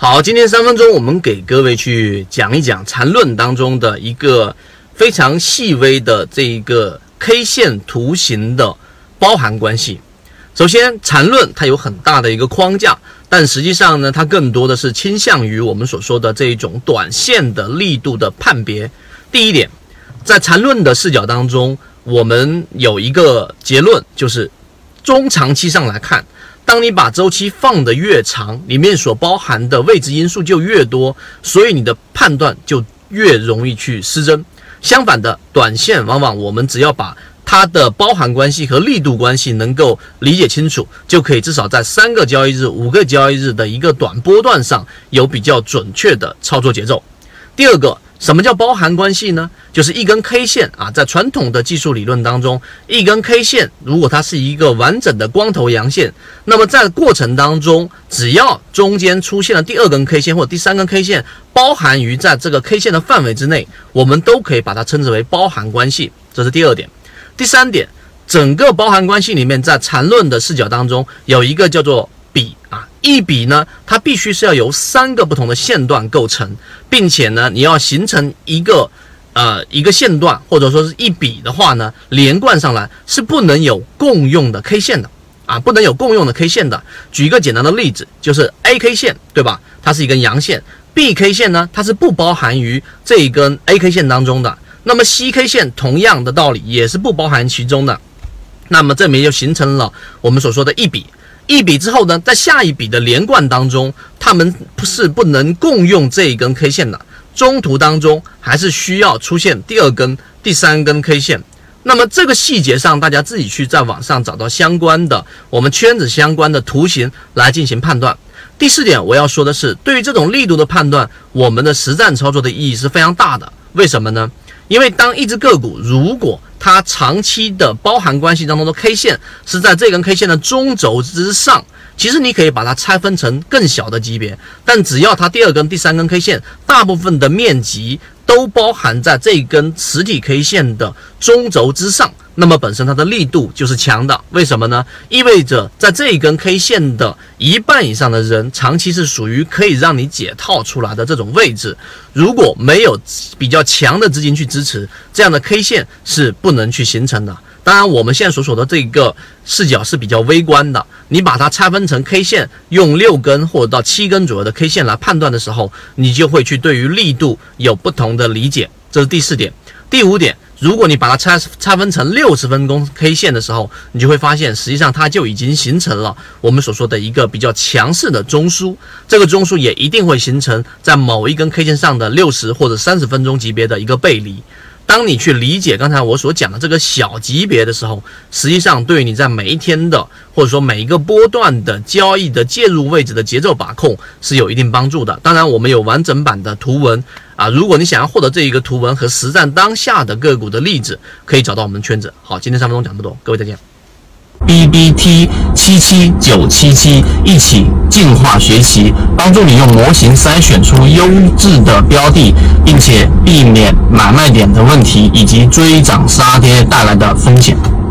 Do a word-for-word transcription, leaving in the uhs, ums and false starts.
好，今天三分钟我们给各位去讲一讲缠论当中的一个非常细微的这一个 K 线图形的包含关系。首先，缠论它有很大的一个框架，但实际上呢，它更多的是倾向于我们所说的这一种短线的力度的判别。第一点，在缠论的视角当中，我们有一个结论，就是中长期上来看，当你把周期放得越长，里面所包含的未知因素就越多，所以你的判断就越容易去失真。相反的，短线往往我们只要把它的包含关系和力度关系能够理解清楚，就可以至少在三个交易日、五个交易日的一个短波段上有比较准确的操作节奏。第二个，什么叫包含关系呢？就是一根 K 线啊，在传统的技术理论当中，一根 K 线如果它是一个完整的光头阳线，那么在过程当中，只要中间出现了第二根 K 线或者第三根 K 线，包含于在这个 K 线的范围之内，我们都可以把它称之为包含关系。这是第二点。第三点，整个包含关系里面，在缠论的视角当中，有一个叫做比啊，一笔呢，它必须是要由三个不同的线段构成，并且呢，你要形成一个呃一个线段，或者说是一笔的话呢，连贯上来是不能有共用的 K 线的啊，不能有共用的 K 线的。举一个简单的例子，就是 A K 线，对吧？它是一根阳线 ，B K 线呢，它是不包含于这一根 A K 线当中的。那么 C K 线同样的道理也是不包含其中的。那么这里就形成了我们所说的一笔。一笔之后呢，在下一笔的连贯当中，它们是不能共用这一根 K 线的，中途当中还是需要出现第二根、第三根 K 线。那么这个细节上，大家自己去在网上找到相关的我们圈子相关的图形来进行判断。第四点我要说的是，对于这种力度的判断，我们的实战操作的意义是非常大的。为什么呢？因为当一只个股如果它长期的包含关系当中的 K 线是在这根 K 线的中轴之上，其实你可以把它拆分成更小的级别，但只要它第二根、第三根 K 线大部分的面积都包含在这根实体 K 线的中轴之上，那么本身它的力度就是强的。为什么呢？意味着在这一根 K 线的一半以上的人长期是属于可以让你解套出来的这种位置，如果没有比较强的资金去支持，这样的 K 线是不能去形成的。当然我们现在所说的这个视角是比较微观的，你把它拆分成 K 线，用六根或者到七根左右的 K 线来判断的时候，你就会去对于力度有不同的理解。这是第四点。第五点，如果你把它拆拆分成六十分钟 K 线的时候，你就会发现实际上它就已经形成了我们所说的一个比较强势的中枢，这个中枢也一定会形成在某一根 K 线上的六十或者三十分钟级别的一个背离。当你去理解刚才我所讲的这个小级别的时候，实际上对于你在每一天的或者说每一个波段的交易的介入位置的节奏把控是有一定帮助的。当然我们有完整版的图文啊，如果你想要获得这一个图文和实战当下的个股的例子，可以找到我们的圈子。好，今天三分钟讲这么多，各位再见。 B B T 七七九七七一起进化学习，帮助你用模型筛选出优质的标的，并且避免买卖点的问题以及追涨杀跌带来的风险。